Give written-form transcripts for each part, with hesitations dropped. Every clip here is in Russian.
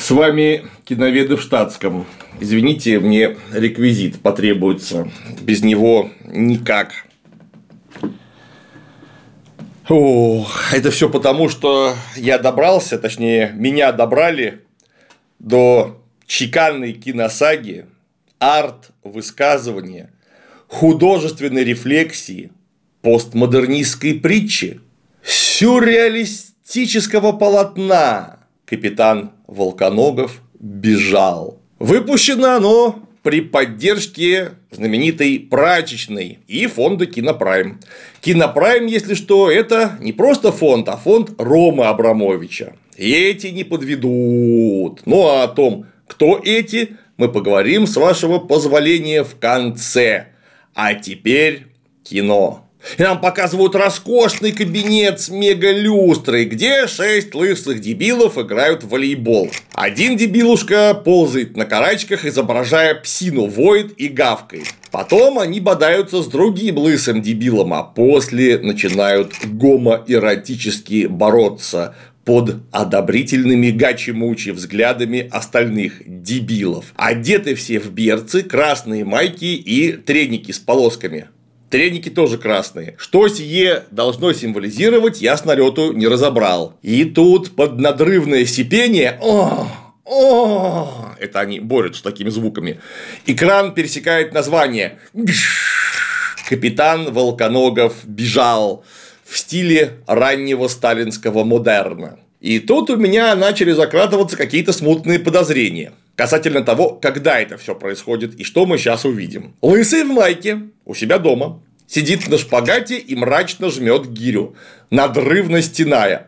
С вами киноведы в штатском. Извините, мне реквизит потребуется. Без него никак. Это все потому, что я добрался, точнее, меня добрали до чеканной киносаги, арт-высказывания, художественной рефлексии, постмодернистской притчи, сюрреалистического полотна «Капитан Волконогов бежал». Выпущено оно при поддержке знаменитой прачечной и фонда Кинопрайм. Кинопрайм, если что, это не просто фонд, а фонд Ромы Абрамовича. И эти не подведут. Ну а о том, кто эти, мы поговорим, с вашего позволения, в конце. А теперь кино. И нам показывают роскошный кабинет с мегалюстрой, где 6 лысых дебилов играют в волейбол. Один дебилушка ползает на карачках, изображая псину, воет и гавкает. Потом они бодаются с другим лысым дебилом, а после начинают гомоэротически бороться под одобрительными гачи-мучи взглядами остальных дебилов. Одеты все в берцы, красные майки и треники с полосками. Треники тоже красные. Что сие должно символизировать, я с налету не разобрал. И тут под надрывное сипение это они борются с такими звуками. Экран пересекает название «Капитан Волконогов бежал» в стиле раннего сталинского модерна. И тут у меня начали закрадываться какие-то смутные подозрения касательно того, когда это все происходит и что мы сейчас увидим. Лысый в майке у себя дома сидит на шпагате и мрачно жмет гирю, надрывно стеная.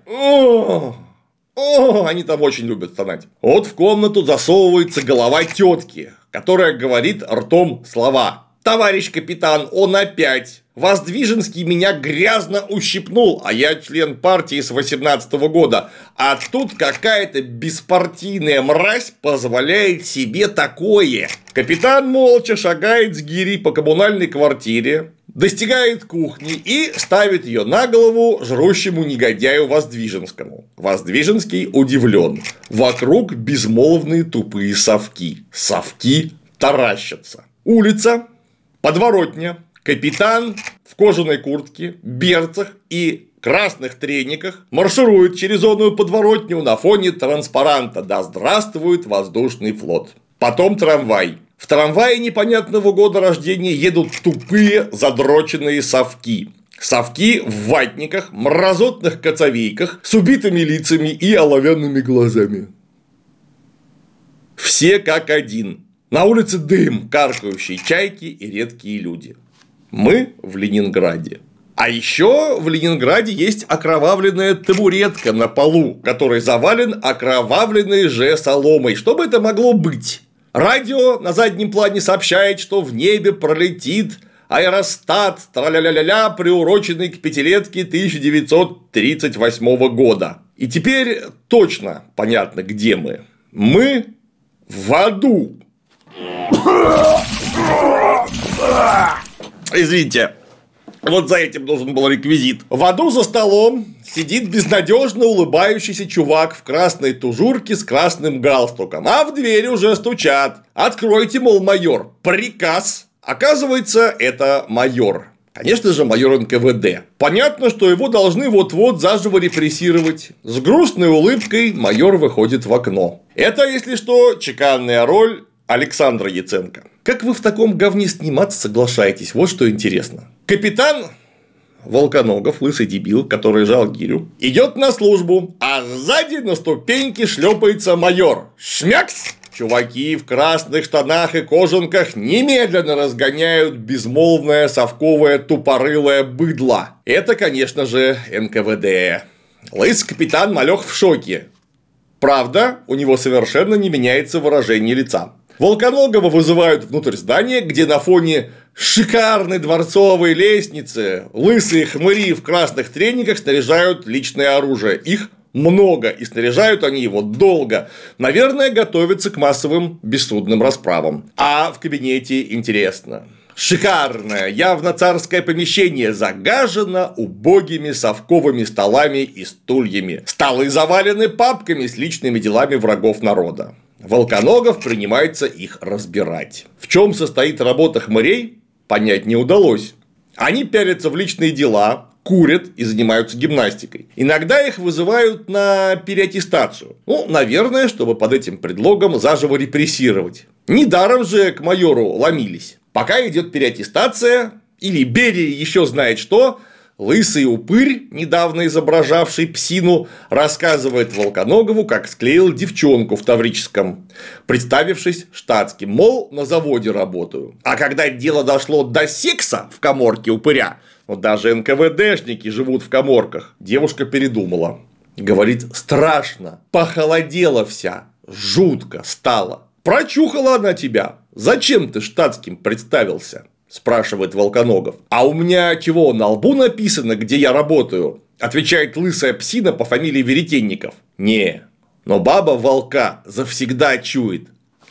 Они там очень любят стонать. Вот в комнату засовывается голова тетки, которая говорит ртом слова: «Товарищ капитан, он опять. Воздвиженский меня грязно ущипнул, а я член партии с 18-го года. А тут какая-то беспартийная мразь позволяет себе такое». Капитан молча шагает с гирей по коммунальной квартире, достигает кухни и ставит ее на голову жрущему негодяю Воздвиженскому. Воздвиженский удивлен. Вокруг безмолвные тупые совки. Совки таращатся. Улица, подворотня. Капитан в кожаной куртке, берцах и красных трениках марширует через онную подворотню на фоне транспаранта «Да здравствует воздушный флот». Потом трамвай. В трамвае непонятного года рождения едут тупые задроченные совки. Совки в ватниках, мразотных коцовейках, с убитыми лицами и оловянными глазами. Все как один. На улице дым, каркающие чайки и редкие люди. Мы в Ленинграде. А еще в Ленинграде есть окровавленная табуретка на полу, который завален окровавленной же соломой. Что бы это могло быть? Радио на заднем плане сообщает, что в небе пролетит аэростат тра-ля-ля-ля-ля, приуроченный к пятилетке 1938 года. И теперь точно понятно, где мы. Мы в аду. Извините, вот за этим должен был реквизит. В аду за столом сидит безнадежно улыбающийся чувак в красной тужурке с красным галстуком, а в дверь уже стучат. «Откройте, мол, майор, приказ». Оказывается, это майор. Конечно же, майор НКВД. Понятно, что его должны вот-вот заживо репрессировать. С грустной улыбкой майор выходит в окно. Это, если что, чеканная роль Александра Яценко. Как вы в таком говне сниматься соглашаетесь? Вот что интересно. Капитан Волконогов, лысый дебил, который жал гирю, идет на службу, а сзади на ступеньке шлепается майор. Шмякс! Чуваки в красных штанах и кожанках немедленно разгоняют безмолвное совковое тупорылое быдло. Это, конечно же, НКВД. Лысый капитан малёх в шоке. Правда, у него совершенно не меняется выражение лица. Волконогова вызывают внутрь здания, где на фоне шикарной дворцовой лестницы лысые хмыри в красных трениках снаряжают личное оружие. Их много, и снаряжают они его долго. Наверное, готовятся к массовым бессудным расправам. А в кабинете интересно. Шикарное, явно царское помещение загажено убогими совковыми столами и стульями. Столы завалены папками с личными делами врагов народа. Волконогов принимается их разбирать. В чем состоит работа хмырей, понять не удалось. Они пялятся в личные дела, курят и занимаются гимнастикой. Иногда их вызывают на переаттестацию. Наверное, чтобы под этим предлогом заживо репрессировать. Недаром же к майору ломились. Пока идет переаттестация, или Берия еще знает что, лысый упырь, недавно изображавший псину, рассказывает Волконогову, как склеил девчонку в Таврическом, представившись штатским, мол, на заводе работаю. А когда дело дошло до секса в каморке упыря, даже НКВДшники живут в каморках, девушка передумала. Говорит, страшно, похолодела вся, жутко стало. Прочухала она тебя. Зачем ты штатским представился? Спрашивает Волконогов. А у меня чего, на лбу написано, где я работаю? Отвечает лысая псина по фамилии Веретенников. Не, но баба волка завсегда чует.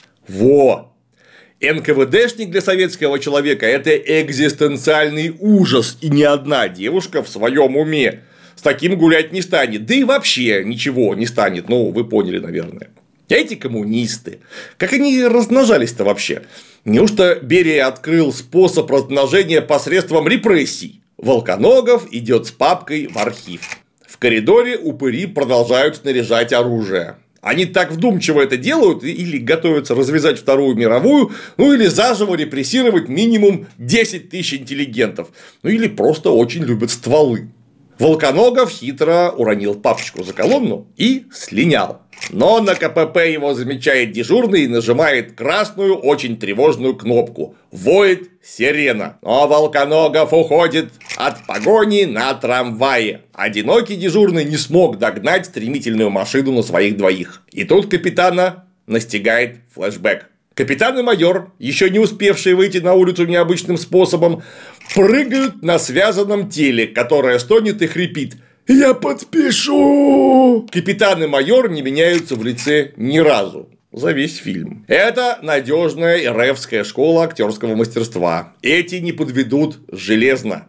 Во! НКВДшник для советского человека – это экзистенциальный ужас, и ни одна девушка в своем уме с таким гулять не станет. Да и вообще ничего не станет, вы поняли, наверное. Эти коммунисты, как они размножались-то вообще? Неужто Берия открыл способ размножения посредством репрессий? Волконогов идет с папкой в архив. В коридоре упыри продолжают снаряжать оружие. Они так вдумчиво это делают или готовятся развязать Вторую мировую, или заживо репрессировать минимум 10 тысяч интеллигентов, или просто очень любят стволы. Волконогов хитро уронил папочку за колонну и слинял. Но на КПП его замечает дежурный и нажимает красную, очень тревожную кнопку. Воет сирена. Но Волконогов уходит от погони на трамвае. Одинокий дежурный не смог догнать стремительную машину на своих двоих. И тут капитана настигает флешбэк. Капитан и майор, еще не успевшие выйти на улицу необычным способом, прыгают на связанном теле, которое стонет и хрипит. «Я подпишу!» Капитан и майор не меняются в лице ни разу за весь фильм. Это надежная РФская школа актерского мастерства. Эти не подведут железно.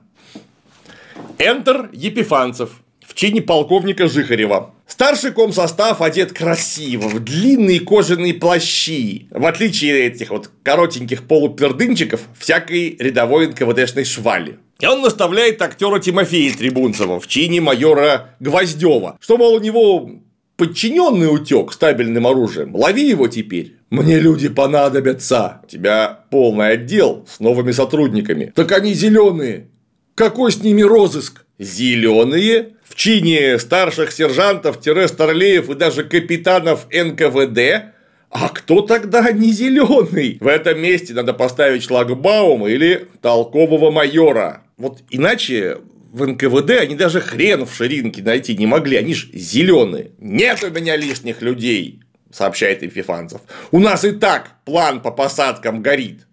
Энтер Епифанцев в чине полковника Жихарева. Старший комсостав одет красиво, в длинные кожаные плащи. В отличие от этих коротеньких полупердынчиков, всякой рядовой НКВДшной швали. И он наставляет актера Тимофея Трибунцева в чине майора Гвоздева, что, мол, у него подчиненный утек стабильным оружием. Лови его теперь. Мне люди понадобятся. У тебя полный отдел с новыми сотрудниками. Так они зеленые. Какой с ними розыск? Зеленые? В чине старших сержантов-старлеев и даже капитанов НКВД? А кто тогда не зеленый? В этом месте надо поставить шлагбаум или толкового майора. Иначе в НКВД они даже хрен в ширинке найти не могли, они ж зеленые. Нет у меня лишних людей, сообщает Епифанцев. У нас и так план по посадкам горит.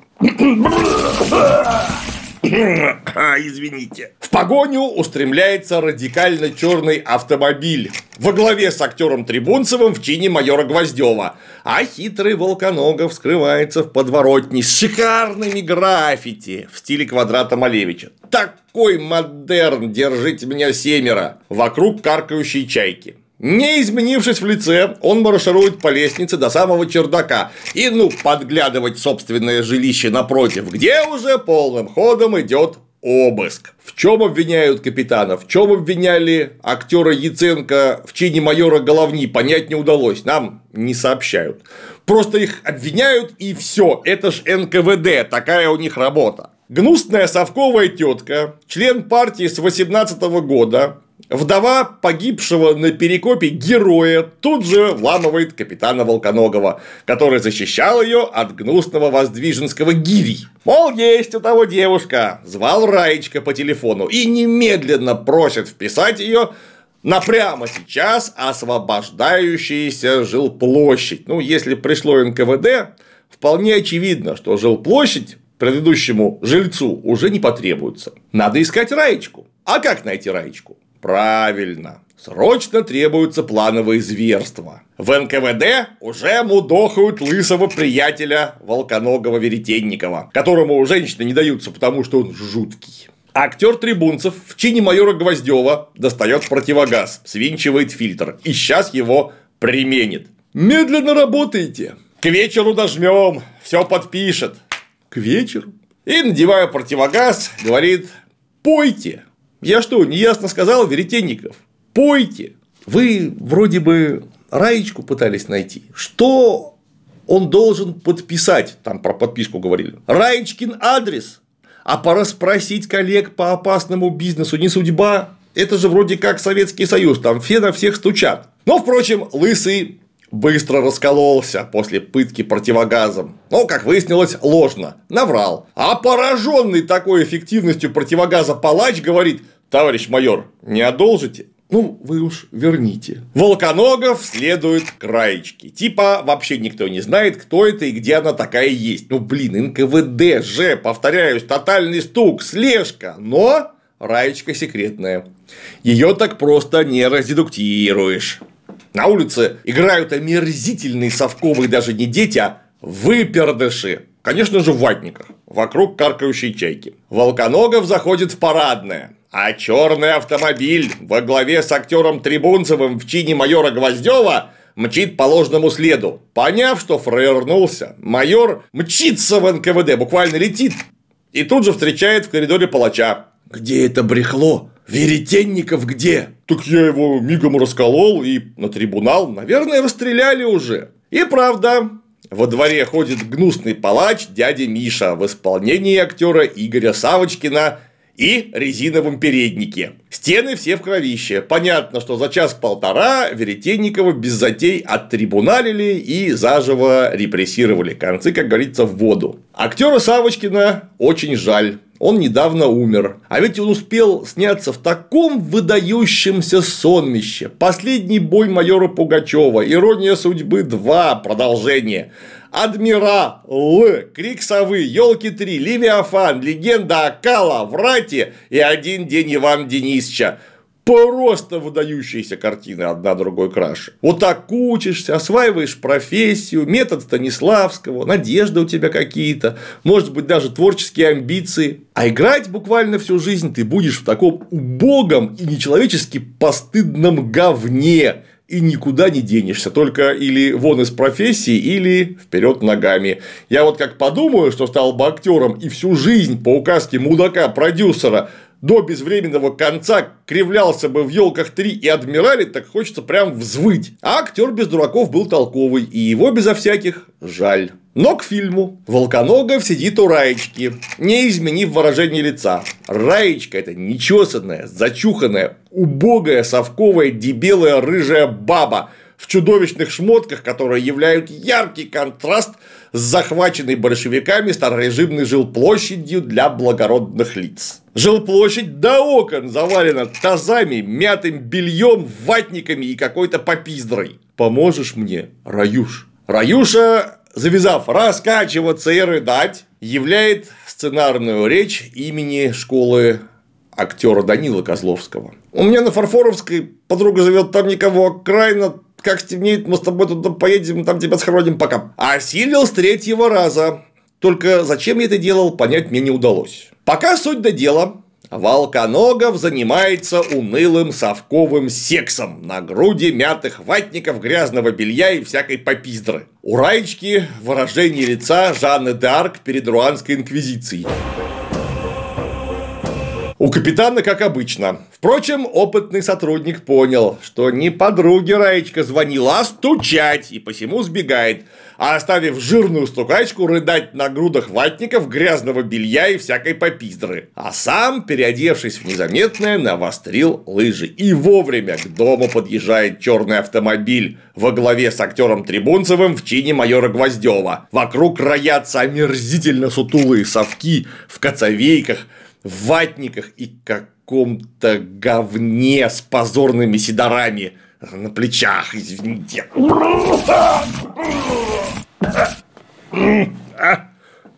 Извините. В погоню устремляется радикально черный автомобиль во главе с актером Трибунцевым в чине майора Гвоздева. А хитрый Волконогов скрывается в подворотне с шикарными граффити в стиле Квадрата Малевича. Такой модерн, держите меня семеро. Вокруг каркающие чайки. Не изменившись в лице, он марширует по лестнице до самого чердака и, подглядывать собственное жилище напротив, где уже полным ходом идет обыск. В чем обвиняют капитана, в чем обвиняли актера Яценко в чине майора Головни, понять не удалось, нам не сообщают. Просто их обвиняют и все, это ж НКВД, такая у них работа. Гнусная совковая тетка, член партии с 18 года, вдова погибшего на Перекопе героя тут же вламывает капитана Волконогова, который защищал ее от гнусного воздвиженского гири. Мол, есть у того девушка, звал Раечка по телефону и немедленно просит вписать ее на прямо сейчас освобождающуюся жилплощадь. Если пришло НКВД, вполне очевидно, что жилплощадь предыдущему жильцу уже не потребуется. Надо искать Раечку. А как найти Раечку? Правильно. Срочно требуются плановые зверства. В НКВД уже мудохают лысого приятеля Волконогова Веретенникова, которому женщины не даются, потому что он жуткий. Актер Трибунцев в чине майора Гвоздева достает противогаз, свинчивает фильтр и сейчас его применит. Медленно работайте. К вечеру дожмем, все подпишет. К вечеру. И, надевая противогаз, говорит: пойте. Я что, неясно сказал, Веретенников? Пойте. Вы вроде бы Раечку пытались найти. Что он должен подписать? Там про подписку говорили. Раечкин адрес. А пора спросить коллег по опасному бизнесу не судьба. Это же вроде как Советский Союз, там все на всех стучат. Но, впрочем, Лысый быстро раскололся после пытки противогазом. Но, как выяснилось, ложно. Наврал. А пораженный такой эффективностью противогаза палач говорит: товарищ майор, не одолжите? Ну, вы уж верните. Волконогов следует к Раечке. Типа вообще никто не знает, кто это и где она такая есть. Ну, блин, НКВД же, повторяюсь, тотальный стук, слежка. Но Раечка секретная. Ее так просто не раздедуктируешь. На улице играют омерзительные совковые даже не дети, а выпердыши. Конечно же, в ватниках. Вокруг каркающей чайки. Волконогов заходит в парадное. А черный автомобиль во главе с актером Трибунцевым в чине майора Гвоздева мчит по ложному следу. Поняв, что фраернулся, майор мчится в НКВД, буквально летит. И тут же встречает в коридоре палача. Где это брехло? Веретенников где? Так я его мигом расколол и на трибунал, наверное, расстреляли уже. И правда, во дворе ходит гнусный палач дядя Миша в исполнении актера Игоря Савочкина и резиновом переднике. Стены все в кровище. Понятно, что за час-полтора Веретенникова без затей оттрибуналили и заживо репрессировали. Концы, как говорится, в воду. Актера Савочкина очень жаль. Он недавно умер. А ведь он успел сняться в таком выдающемся сонмище. Последний бой майора Пугачева, Ирония судьбы 2, продолжение. Адмирал, Крик совы, Ёлки 3, Левиафан, Легенда о Калаврате и Один день Ивана Денисовича. Просто выдающиеся картины, одна другой краше. Вот так учишься, осваиваешь профессию, метод Станиславского, надежды у тебя какие-то, может быть, даже творческие амбиции. А играть буквально всю жизнь ты будешь в таком убогом и нечеловечески постыдном говне. И никуда не денешься, только или вон из профессии, или вперед ногами. Я вот как подумаю, что стал бы актером и всю жизнь по указке мудака-продюсера до безвременного конца кривлялся бы в Ёлках 3 и Адмирале, так хочется прям взвыть. А актер без дураков был толковый, и его безо всяких жаль. Но к фильму. Волконогов сидит у Раечки, не изменив выражение лица. Раечка – это нечесанная, зачуханная, убогая, совковая, дебелая, рыжая баба в чудовищных шмотках, которые являют яркий контраст с захваченной большевиками старорежимной жилплощадью для благородных лиц. Жилплощадь до окон завалена тазами, мятым бельем, ватниками и какой-то попиздрой. Поможешь мне, Раюш? Раюша, завязав раскачиваться и рыдать, являет сценарную речь имени школы актера Данила Козловского. У меня на Фарфоровской подруга живет, там никого, окраина. Как стемнеет, мы с тобой туда поедем, там тебя схороним пока. Осилил с 3-го раза. Только зачем я это делал, понять мне не удалось. Пока суть до дела. Волконогов занимается унылым совковым сексом на груди мятых ватников, грязного белья и всякой попиздры. У Раечки выражение лица Жанны д'Арк перед руанской инквизицией. У капитана, как обычно. Впрочем, опытный сотрудник понял, что не подруге Раечка звонила, а стучать, и посему сбегает, а оставив жирную стукачку рыдать на грудах ватников, грязного белья и всякой попиздры. А сам, переодевшись в незаметное, навострил лыжи. И вовремя к дому подъезжает черный автомобиль во главе с актером Трибунцевым в чине майора Гвоздева. Вокруг роятся омерзительно сутулые совки в коцовейках, в ватниках и каком-то говне с позорными седорами на плечах, извините.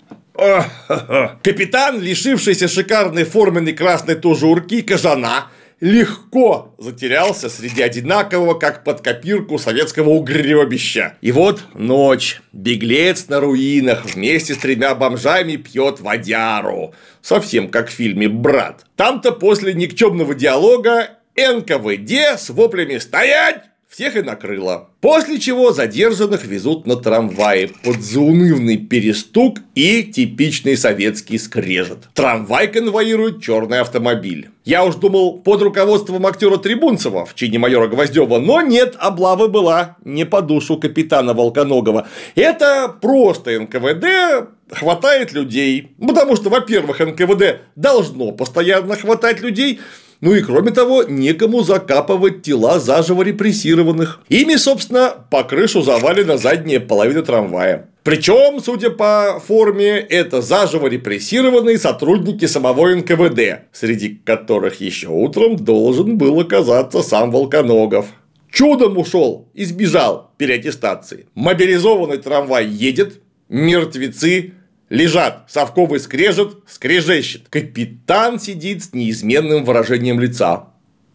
Капитан, лишившийся шикарной форменной красной тужурки, кожана, легко затерялся среди одинакового, как под копирку, советского угребища. И вот ночь. Беглец на руинах вместе с 3 бомжами пьет водяру. Совсем как в фильме «Брат». Там-то после никчемного диалога НКВД с воплями «Стоять!» всех и накрыло. После чего задержанных везут на трамвае под заунывный перестук и типичный советский скрежет. Трамвай конвоирует черный автомобиль. Я уж думал, под руководством актера Трибунцева в чине майора Гвоздева, но нет, облава была не по душу капитана Волконогова. Это просто НКВД хватает людей. Потому что, во-первых, НКВД должно постоянно хватать людей. Ну и кроме того, некому закапывать тела заживо репрессированных. Ими, собственно, по крышу завалена задняя половина трамвая. Причем, судя по форме, это заживо репрессированные сотрудники самого НКВД, среди которых еще утром должен был оказаться сам Волконогов. Чудом ушел и сбежал переаттестации. Мобилизованный трамвай едет, мертвецы лежат, совковый скрежет, скрежещет. Капитан сидит с неизменным выражением лица.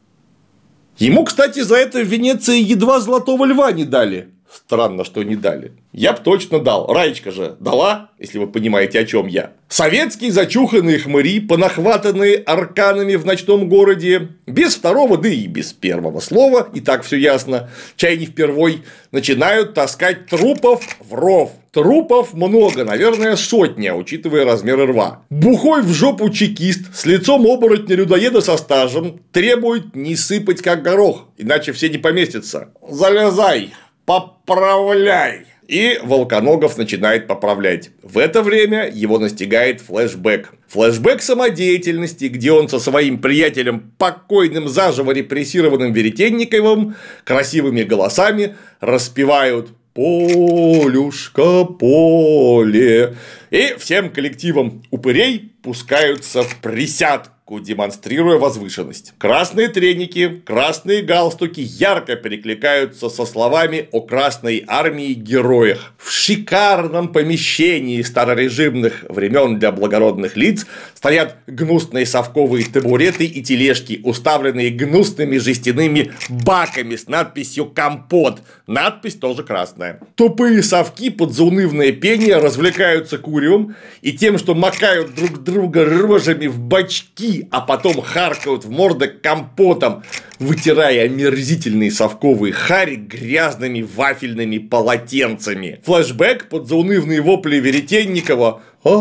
Ему, кстати, за это в Венеции едва золотого льва не дали. Странно, что не дали. Я б точно дал. Раечка же дала, если вы понимаете, о чем я. Советские зачуханные хмыри, понахватанные арканами в ночном городе, без второго, да и без первого слова, и так все ясно, чай не впервой, начинают таскать трупов в ров. Трупов много, наверное, 100, учитывая размеры рва. Бухой в жопу чекист с лицом оборотня-людоеда со стажем требует не сыпать как горох, иначе все не поместятся. Залезай, поправляй. И Волконогов начинает поправлять. В это время его настигает флешбэк. Флешбэк самодеятельности, где он со своим приятелем, покойным заживо репрессированным Веретенниковым, красивыми голосами распевают «Полюшка, поле». И всем коллективом упырей пускаются в присядку, демонстрируя возвышенность. Красные треники, красные галстуки ярко перекликаются со словами о Красной армии героях. В шикарном помещении старорежимных времен для благородных лиц стоят гнусные совковые табуреты и тележки, уставленные гнусными жестяными баками с надписью «Компот». Надпись тоже красная. Тупые совки под заунывное пение развлекаются куревом и тем, что макают друг друга рожами в бачки, а потом харкают в морды компотом, вытирая омерзительные совковые хари грязными вафельными полотенцами. Флэшбэк под заунывные вопли Веретенникова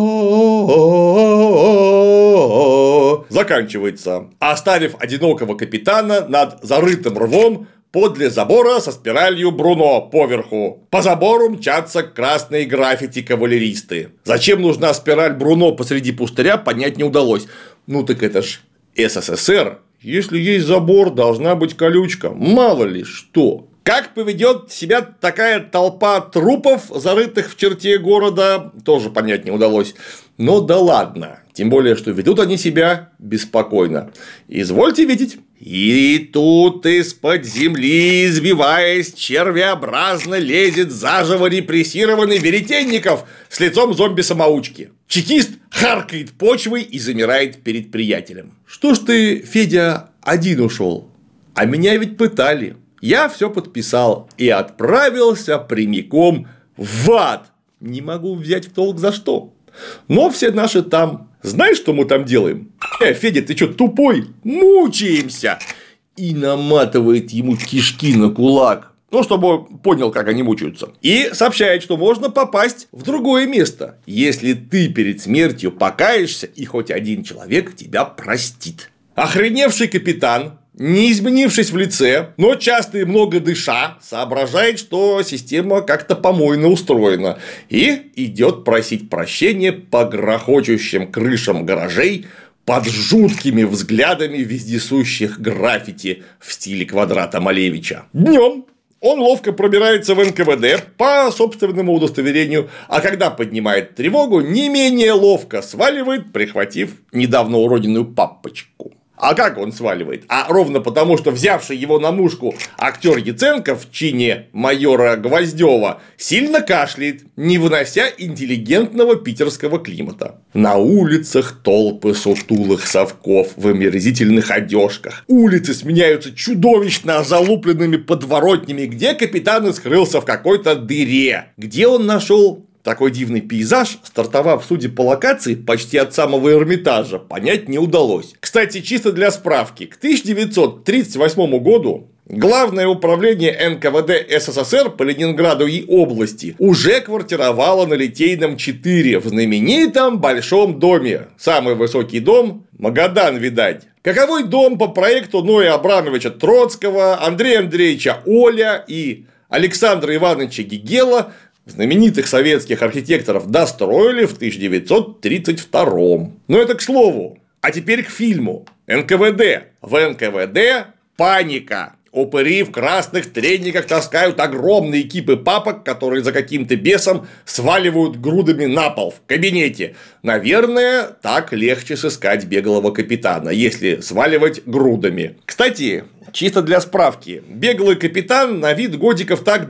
заканчивается, оставив одинокого капитана над зарытым рвом подле забора со спиралью Бруно поверху. По забору мчатся красные граффити-кавалеристы. Зачем нужна спираль Бруно посреди пустыря, понять не удалось. Ну так это ж СССР. Если есть забор, должна быть колючка. Мало ли что. Как поведет себя такая толпа трупов, зарытых в черте города, тоже понять не удалось. Но да ладно. Тем более, что ведут они себя беспокойно. Извольте видеть. И тут из-под земли, извиваясь, червеобразно лезет заживо репрессированный Веретенников с лицом зомби-самоучки. Чекист харкает почвой и замирает перед приятелем. Что ж ты, Федя, один ушел? А меня ведь пытали. Я все подписал и отправился прямиком в ад. Не могу взять в толк за что. Но все наши там. Знаешь, что мы там делаем? Федя, ты что, тупой? Мучаемся. И наматывает ему кишки на кулак. Ну, чтобы понял, как они мучаются. И сообщает, что можно попасть в другое место, если ты перед смертью покаешься, и хоть один человек тебя простит. Охреневший капитан, не изменившись в лице, но часто и много дыша, соображает, что система как-то помойно устроена, и идет просить прощения по грохочущим крышам гаражей под жуткими взглядами вездесущих граффити в стиле Квадрата Малевича. Днем он ловко пробирается в НКВД по собственному удостоверению, а когда поднимает тревогу, не менее ловко сваливает, прихватив недавно уроденную папочку. А как он сваливает? А ровно потому, что взявший его на мушку актер Яценко в чине майора Гвоздева сильно кашляет, не вынося интеллигентного питерского климата. На улицах толпы сутулых совков в омерзительных одежках. Улицы сменяются чудовищно залупленными подворотнями, где капитан и скрылся в какой-то дыре. Где он нашел такой дивный пейзаж, стартовав, судя по локации, почти от самого Эрмитажа, понять не удалось. Кстати, чисто для справки, к 1938 году Главное управление НКВД СССР по Ленинграду и области уже квартировало на Литейном 4 в знаменитом Большом доме. Самый высокий дом – Магадан, видать. Каковой дом по проекту Ноя Абрамовича Троцкого, Андрея Андреевича Оля и Александра Ивановича Гегела, знаменитых советских архитекторов, достроили в 1932-м. Но это к слову. А теперь к фильму. НКВД. В НКВД паника. Упыри в красных трениках таскают огромные кипы папок, которые за каким-то бесом сваливают грудами на пол в кабинете. Наверное, так легче сыскать беглого капитана, если сваливать грудами. Кстати, чисто для справки, беглый капитан на вид годиков так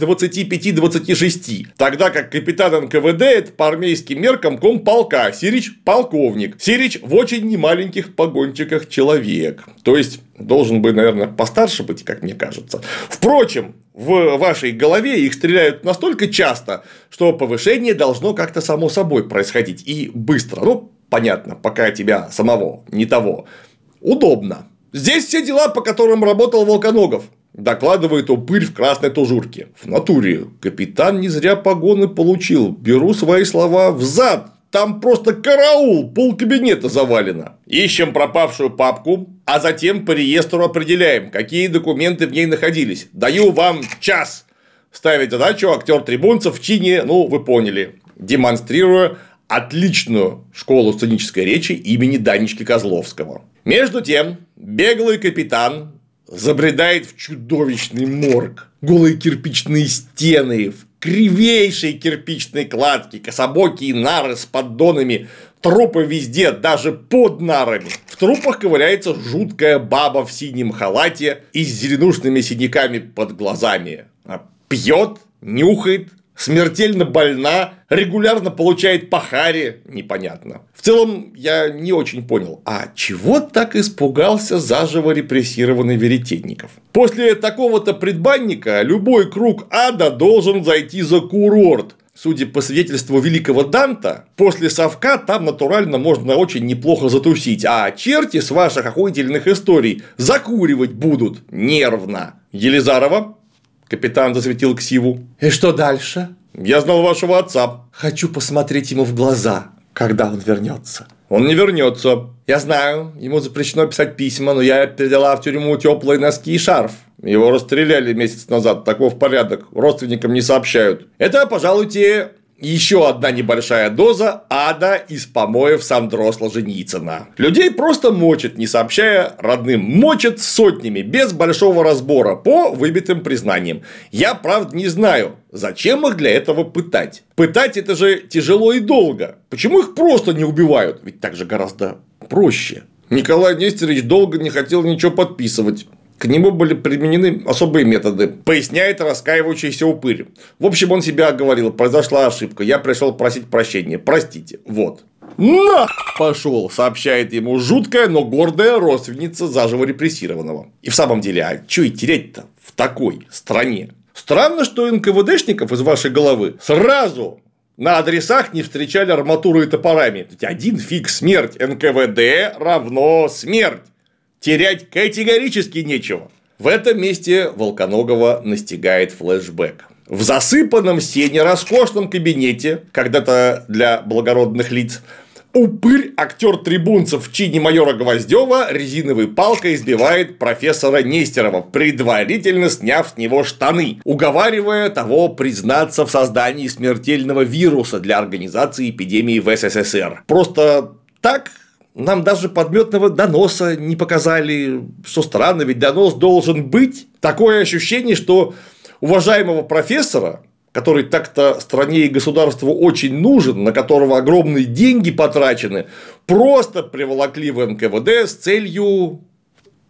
25-26, тогда как капитан НКВД – это по армейским меркам комполка, Сирич – полковник, Сирич в очень немаленьких погончиках человек, то есть должен бы, наверное, постарше быть, как мне кажется. Впрочем, в вашей голове их стреляют настолько часто, что повышение должно как-то само собой происходить и быстро. Ну, понятно, пока тебя самого не того. Удобно. Здесь все дела, по которым работал Волконогов, докладывает упырь в красной тужурке. В натуре капитан не зря погоны получил. Беру свои слова взад. Там просто караул, полкабинета завалено. Ищем пропавшую папку, а затем по реестру определяем, какие документы в ней находились. Даю вам час. Ставить задачу актер Трибунцев в чине, ну, вы поняли, демонстрируя отличную школу сценической речи имени Данечки Козловского. Между тем, беглый капитан забредает в чудовищный морг. Голые кирпичные стены, в кривейшей кирпичной кладке, кособокие нары с поддонами, трупы везде, даже под нарами. В трупах ковыряется жуткая баба в синем халате и с зеленушными синяками под глазами. Пьет, нюхает, смертельно больна, регулярно получает по харе, непонятно. В целом, я не очень понял, а чего так испугался заживо репрессированный Веретенников? После такого-то предбанника любой круг ада должен зайти за курорт. Судя по свидетельству великого Данта, после совка там натурально можно очень неплохо затусить, а черти с ваших охуительных историй закуривать будут нервно. Елизарова? Капитан засветил ксиву. И что дальше? Я знал вашего отца. Хочу посмотреть ему в глаза, когда он вернется. Он не вернется. Я знаю, ему запрещено писать письма, но я передала в тюрьму теплые носки и шарф. Его расстреляли месяц назад. Таков порядок. Родственникам не сообщают. Это, пожалуйте, еще одна небольшая доза ада из помоев Сандро Солженицына. Людей просто мочат, не сообщая родным. Мочат сотнями, без большого разбора, по выбитым признаниям. Я, правда, не знаю, зачем их для этого пытать. Пытать это же тяжело и долго. Почему их просто не убивают? Ведь так же гораздо проще. Николай Нестерович долго не хотел ничего подписывать. К нему были применены особые методы, поясняет раскаивающийся упырь. В общем, он себя оговорил, произошла ошибка, я пришел просить прощения, простите, вот. На пошел, сообщает ему жуткая, но гордая родственница заживо репрессированного. И в самом деле, а что и терять-то в такой стране? Странно, что НКВДшников из вашей головы сразу на адресах не встречали арматурой и топорами. Один фиг смерть, НКВД равно смерть. Терять категорически нечего. В этом месте Волконогова настигает флешбэк. В засыпанном сене роскошном кабинете, когда-то для благородных лиц, упырь, актер Трибунцев в чине майора Гвоздева резиновой палкой избивает профессора Нестерова, предварительно сняв с него штаны, уговаривая того признаться в создании смертельного вируса для организации эпидемии в СССР. Просто так. Нам даже подметного доноса не показали, что странно, ведь донос должен быть. Такое ощущение, что уважаемого профессора, который так-то стране и государству очень нужен, на которого огромные деньги потрачены, просто приволокли в НКВД с целью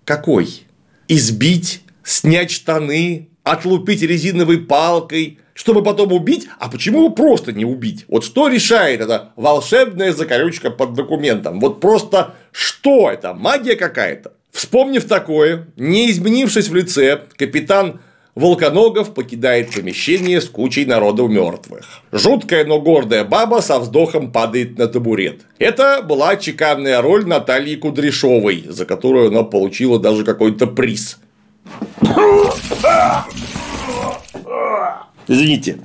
Какой? Избить, снять штаны, отлупить резиновой палкой, чтобы потом убить? А почему его просто не убить? Вот что решает эта волшебная закорючка под документом? Вот просто что это? Магия какая-то? Вспомнив такое, не изменившись в лице, капитан Волконогов покидает помещение с кучей народу мертвых. Жуткая, но гордая баба со вздохом падает на табурет. Это была чеканная роль Натальи Кудряшовой, за которую она получила даже какой-то приз. Извините.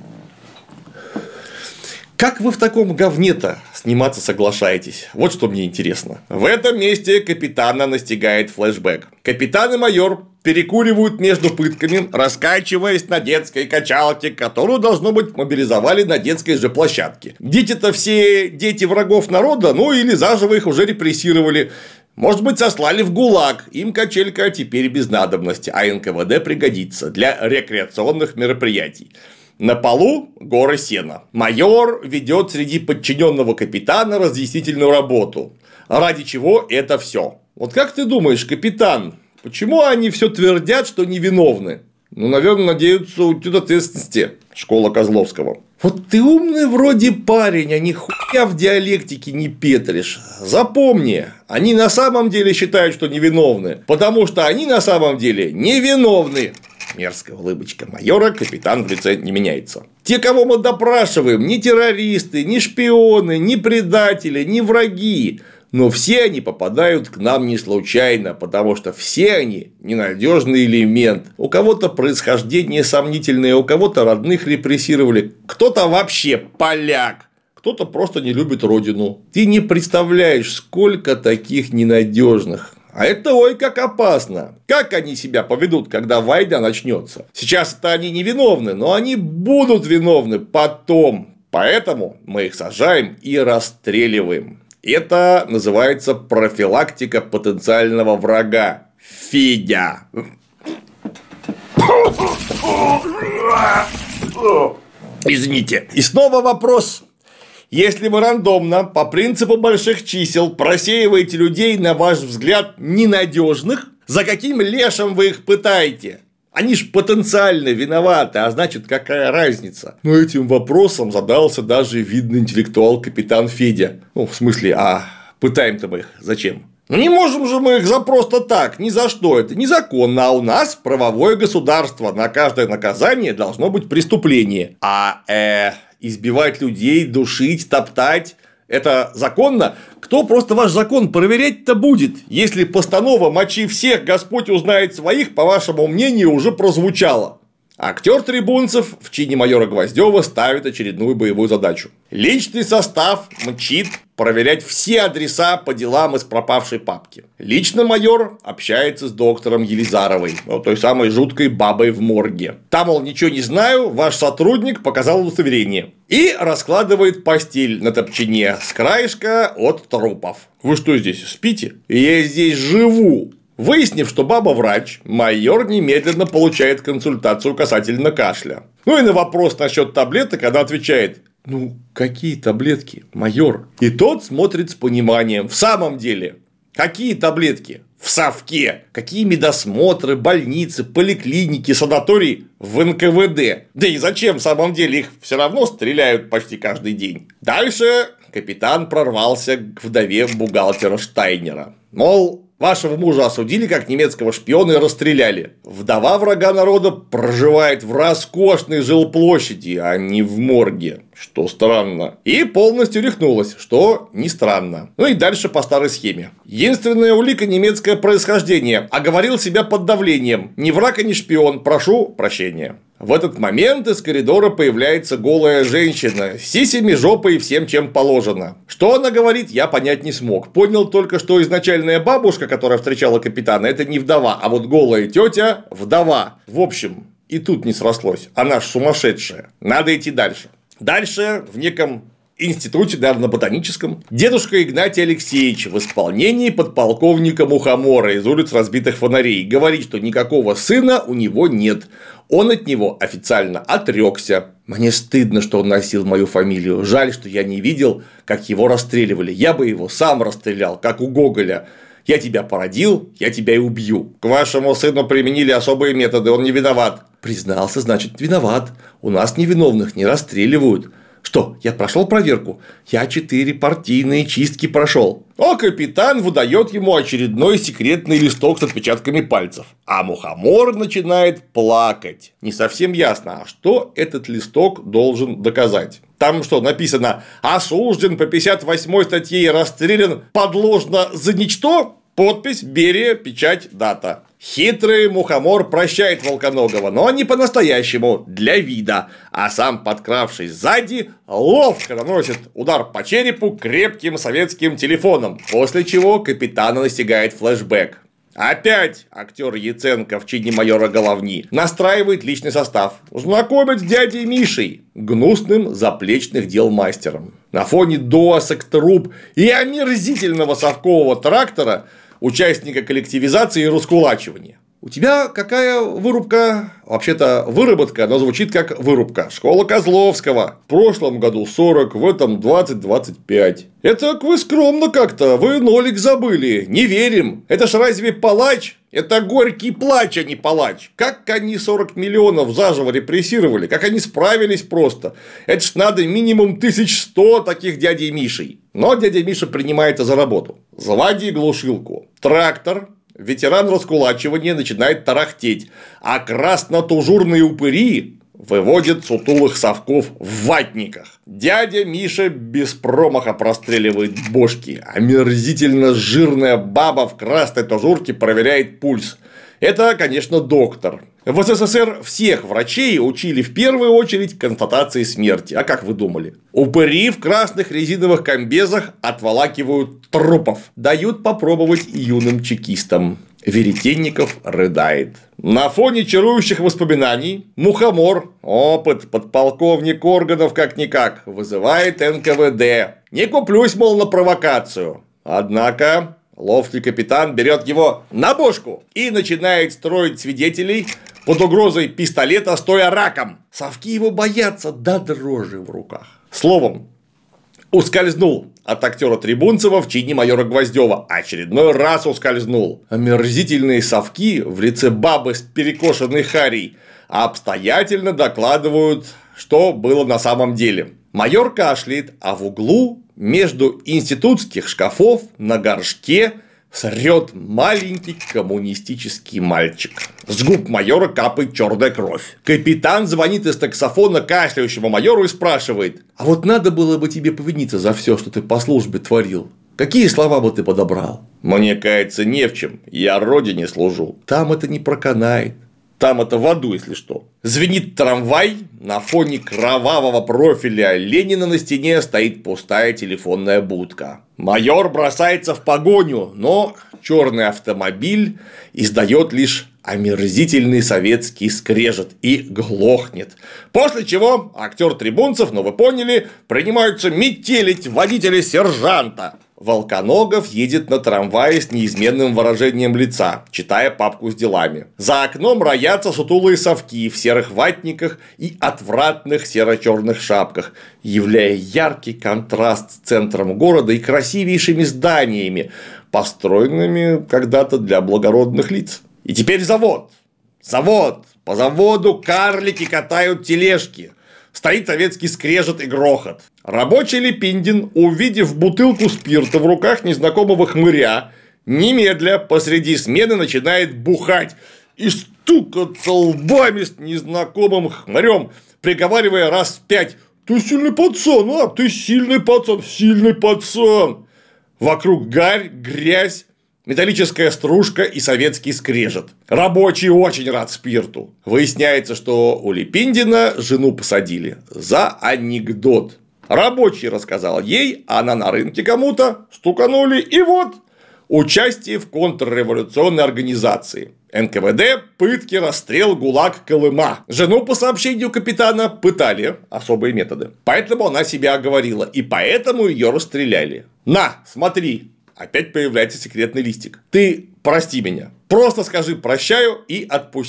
Как вы в таком говне-то сниматься соглашаетесь? Вот что мне интересно. В этом месте капитана настигает флешбэк. Капитан и майор перекуривают между пытками, раскачиваясь на детской качалке, которую, должно быть, мобилизовали на детской же площадке. Дети-то все дети врагов народа, ну или заживо их уже репрессировали. Может быть, сослали в ГУЛАГ. Им качелька теперь без надобности, а НКВД пригодится для рекреационных мероприятий. На полу горы сена. Майор ведет среди подчиненного капитана разъяснительную работу. Ради чего это все? Вот как ты думаешь, капитан, почему они все твердят, что невиновны? Ну, наверное, надеются уйти от ответственности. Школа Козловского. Вот ты умный вроде парень, а нихуя в диалектике не петришь. Запомни, они на самом деле считают, что невиновны, потому что они на самом деле невиновны. Мерзкая улыбочка майора, капитан в лице не меняется. Те, кого мы допрашиваем, не террористы, не шпионы, не предатели, не враги. Но все они попадают к нам не случайно, потому что все они ненадежный элемент. У кого-то происхождение сомнительное, у кого-то родных репрессировали, кто-то вообще поляк. Кто-то просто не любит родину. Ты не представляешь, сколько таких ненадежных. А это ой как опасно. Как они себя поведут, когда война начнется? Сейчас-то они невиновны, но они будут виновны потом. Поэтому мы их сажаем и расстреливаем. Это называется профилактика потенциального врага. Федя. Извините. И снова вопрос. Если вы рандомно, по принципу больших чисел, просеиваете людей, на ваш взгляд, ненадежных, за каким лешим вы их пытаете? Они ж потенциально виноваты, а значит, какая разница? Но этим вопросом задался даже видный интеллектуал капитан Федя. Ну, в смысле, а пытаем-то мы их зачем? Ну, не можем же мы их за просто так, ни за что, это незаконно, а у нас правовое государство, на каждое наказание должно быть преступление. Избивать людей, душить, топтать – это законно? Кто просто ваш закон проверять-то будет, если постанова «мочи всех, Господь узнает своих», по вашему мнению, уже прозвучала? Актер Трибунцев в чине майора Гвоздева ставит очередную боевую задачу. Личный состав мчит проверять все адреса по делам из пропавшей папки. Лично майор общается с доктором Елизаровой, той самой жуткой бабой в морге. Там, мол, ничего не знаю, ваш сотрудник показал удостоверение. И раскладывает постель на топчине с краешка от трупов. Вы что здесь, спите? Я здесь живу. Выяснив, что баба врач, майор немедленно получает консультацию касательно кашля. Ну и на вопрос насчет таблеток она отвечает: ну, какие таблетки, майор? И тот смотрит с пониманием. В самом деле, какие таблетки? В совке. Какие медосмотры, больницы, поликлиники, санатории в НКВД. Да и зачем в самом деле, их все равно стреляют почти каждый день. Дальше капитан прорвался к вдове бухгалтера Штайнера. Мол, вашего мужа осудили как немецкого шпиона и расстреляли. Вдова врага народа проживает в роскошной жилплощади, а не в морге. Что странно. И полностью рехнулась, что не странно. Ну и дальше по старой схеме. Единственная улика — немецкое происхождение. Оговорил себя под давлением. Ни враг и ни шпион. Прошу прощения. В этот момент из коридора появляется голая женщина с сисями, жопой и всем, чем положено. Что она говорит, я понять не смог. Понял только, что изначальная бабушка, которая встречала капитана, это не вдова, а вот голая тетя – вдова. В общем, и тут не срослось. Она ж сумасшедшая. Надо идти дальше. Дальше в неком институте, наверное, ботаническом, дедушка Игнатий Алексеевич в исполнении подполковника Мухомора из улиц разбитых фонарей говорит, что никакого сына у него нет. Он от него официально отрекся. Мне стыдно, что он носил мою фамилию. Жаль, что я не видел, как его расстреливали. Я бы его сам расстрелял, как у Гоголя. Я тебя породил, я тебя и убью. К вашему сыну применили особые методы, он не виноват. Признался, значит, виноват. У нас невиновных не расстреливают. Что, я прошел проверку? Я 4 партийные чистки прошел. А капитан выдает ему очередной секретный листок с отпечатками пальцев. А Мухомор начинает плакать. Не совсем ясно, а что этот листок должен доказать. Там что, написано: осужден по 58 статье и расстрелян подложно за ничто? Подпись, Берия, печать, дата. Хитрый Мухомор прощает Волконогова, но не по-настоящему, для вида, а сам, подкравшись сзади, ловко наносит удар по черепу крепким советским телефоном, после чего капитана настигает флешбэк. Опять актер Яценко в чине майора Головни настраивает личный состав, знакомит с дядей Мишей, гнусным заплечных дел мастером. На фоне досок, труб и омерзительного совкового трактора, участника коллективизации и раскулачивания. У тебя какая вырубка? Вообще-то выработка, но звучит как вырубка. Школа Козловского. В прошлом году 40, в этом 20-25. Это вы скромно как-то, вы нолик забыли. Не верим. Это ж разве палач? Это горький плач, а не палач. Как они 40 миллионов заживо репрессировали, как они справились просто. Это ж надо минимум 1100 таких дядей Мишей. Но дядя Миша принимается за работу. Заводи глушилку. Трактор. Ветеран раскулачивания начинает тарахтеть, а краснотужурные упыри выводят сутулых совков в ватниках. Дядя Миша без промаха простреливает бошки. Омерзительно жирная баба в красной тужурке проверяет пульс. Это, конечно, доктор. В СССР всех врачей учили в первую очередь констатации смерти. А как вы думали? Упыри в красных резиновых комбезах отволакивают трупов. Дают попробовать юным чекистам. Веретенников рыдает. На фоне чарующих воспоминаний Мухомор, опыт, подполковник органов как-никак, вызывает НКВД. Не куплюсь, мол, на провокацию. Однако ловкий капитан берет его на бошку и начинает строить свидетелей под угрозой пистолета, стоя раком. Совки его боятся до дрожи в руках. Словом, ускользнул от актера Трибунцева в чине майора Гвоздева. Очередной раз ускользнул. Омерзительные совки в лице бабы с перекошенной харей обстоятельно докладывают, что было на самом деле. Майор кашляет, а в углу между институтских шкафов на горшке срет маленький коммунистический мальчик. С губ майора капает черная кровь. Капитан звонит из таксофона кашляющему майору и спрашивает: а вот надо было бы тебе повиниться за все, что ты по службе творил. Какие слова бы ты подобрал? Мне каяться не в чем, я родине служу. Там это не проканает. Там это в аду, если что. Звенит трамвай, на фоне кровавого профиля Ленина на стене стоит пустая телефонная будка. Майор бросается в погоню, но черный автомобиль издает лишь омерзительный советский скрежет и глохнет. После чего актер Трибунцев, ну вы поняли, принимаются метелить водителя сержанта. Волконогов едет на трамвае с неизменным выражением лица, читая папку с делами. За окном роятся сутулые совки в серых ватниках и отвратных серо-черных шапках, являя яркий контраст с центром города и красивейшими зданиями, построенными когда-то для благородных лиц. И теперь завод. Завод. По заводу карлики катают тележки. Стоит советский скрежет и грохот. Рабочий Лепиндин, увидев бутылку спирта в руках незнакомого хмыря, немедля посреди смены начинает бухать и стукаться лбами с незнакомым хмырем, приговаривая раз 5: ты сильный пацан, а ты сильный пацан, сильный пацан. Вокруг гарь, грязь, металлическая стружка и советский скрежет. Рабочий очень рад спирту. Выясняется, что у Лепиндина жену посадили за анекдот. Рабочий рассказал ей, а она на рынке кому-то, стуканули, и вот участие в контрреволюционной организации. НКВД, пытки, расстрел, ГУЛАГ, Колыма. Жену, по сообщению капитана, пытали, особые методы. Поэтому она себя оговорила, и поэтому ее расстреляли. На, смотри. Опять появляется секретный листик. Ты прости меня. Просто скажи прощаю и отпусти.